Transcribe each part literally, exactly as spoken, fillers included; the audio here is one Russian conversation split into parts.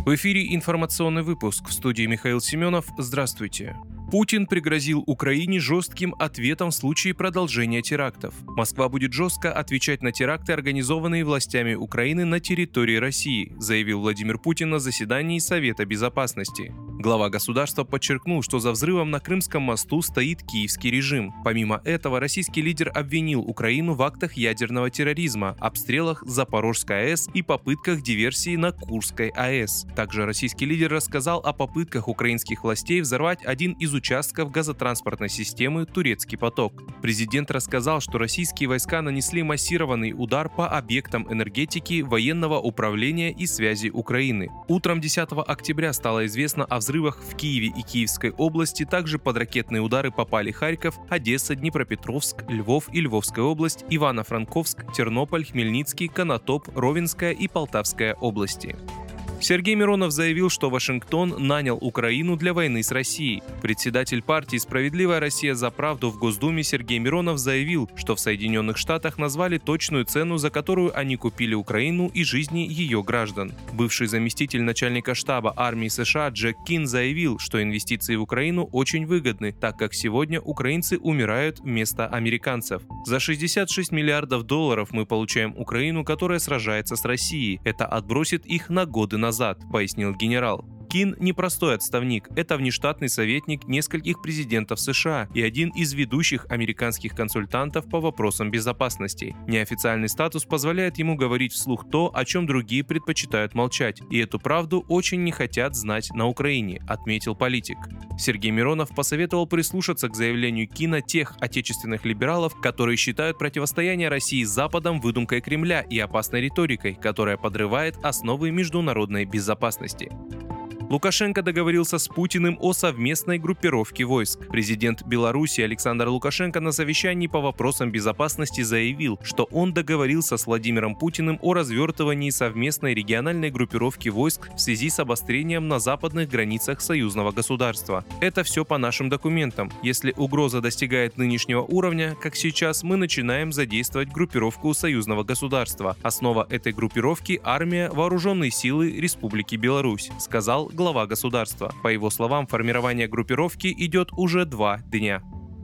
В эфире информационный выпуск. В студии Михаил Семенов. Здравствуйте. Путин пригрозил Украине жестким ответом в случае продолжения терактов. Москва будет жестко отвечать на теракты, организованные властями Украины на территории России, заявил Владимир Путин на заседании Совета Безопасности. Глава государства подчеркнул, что за взрывом на Крымском мосту стоит киевский режим. Помимо этого, российский лидер обвинил Украину в актах ядерного терроризма, обстрелах Запорожской АЭС и попытках диверсии на Курской АЭС. Также российский лидер рассказал о попытках украинских властей взорвать один из участков газотранспортной системы «Турецкий поток». Президент рассказал, что российские войска нанесли массированный удар по объектам энергетики, военного управления и связи Украины. Утром десятого октября стало известно о взрывах в Киеве и Киевской области, также под ракетные удары попали Харьков, Одесса, Днепропетровск, Львов и Львовская область, Ивано-Франковск, Тернополь, Хмельницкий, Конотоп, Ровенская и Полтавская области. Сергей Миронов заявил, что Вашингтон нанял Украину для войны с Россией. Председатель партии «Справедливая Россия за правду» в Госдуме Сергей Миронов заявил, что в Соединенных Штатах назвали точную цену, за которую они купили Украину и жизни ее граждан. Бывший заместитель начальника штаба армии США Джек Кин заявил, что инвестиции в Украину очень выгодны, так как сегодня украинцы умирают вместо американцев. За шестьдесят шесть миллиардов долларов мы получаем Украину, которая сражается с Россией. Это отбросит их на годы назад. назад, пояснил генерал. Кин не простой отставник, это внештатный советник нескольких президентов США и один из ведущих американских консультантов по вопросам безопасности. Неофициальный статус позволяет ему говорить вслух то, о чем другие предпочитают молчать, и эту правду очень не хотят знать на Украине, отметил политик. Сергей Миронов посоветовал прислушаться к заявлению Кина тех отечественных либералов, которые считают противостояние России с Западом выдумкой Кремля и опасной риторикой, которая подрывает основы международной безопасности. Лукашенко договорился с Путиным о совместной группировке войск. Президент Беларуси Александр Лукашенко на совещании по вопросам безопасности заявил, что он договорился с Владимиром Путиным о развертывании совместной региональной группировки войск в связи с обострением на западных границах союзного государства. Это все по нашим документам. Если угроза достигает нынешнего уровня, как сейчас, мы начинаем задействовать группировку союзного государства. Основа этой группировки – армия, вооруженные силы Республики Беларусь, сказал глава государства. По его словам, формирование группировки идет уже два дня.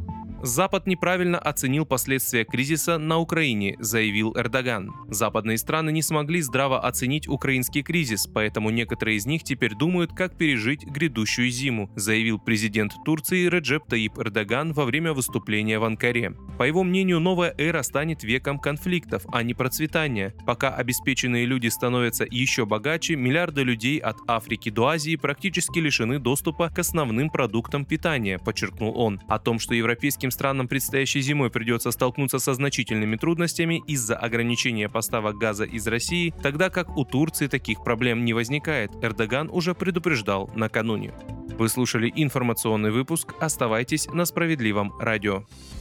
Запад неправильно оценил последствия кризиса на Украине, заявил Эрдоган. Западные страны не смогли здраво оценить украинский кризис, поэтому некоторые из них теперь думают, как пережить грядущую зиму, заявил президент Турции Реджеп Таип Эрдоган во время выступления в Анкаре. По его мнению, новая эра станет веком конфликтов, а не процветания. Пока обеспеченные люди становятся еще богаче, миллиарды людей от Африки до Азии практически лишены доступа к основным продуктам питания, подчеркнул он. О том, что европейским странам предстоящей зимой придется столкнуться со значительными трудностями из-за ограничения поставок газа из России, тогда как у Турции таких проблем не возникает, Эрдоган уже предупреждал накануне. Вы слушали информационный выпуск. Оставайтесь на Справедливом радио.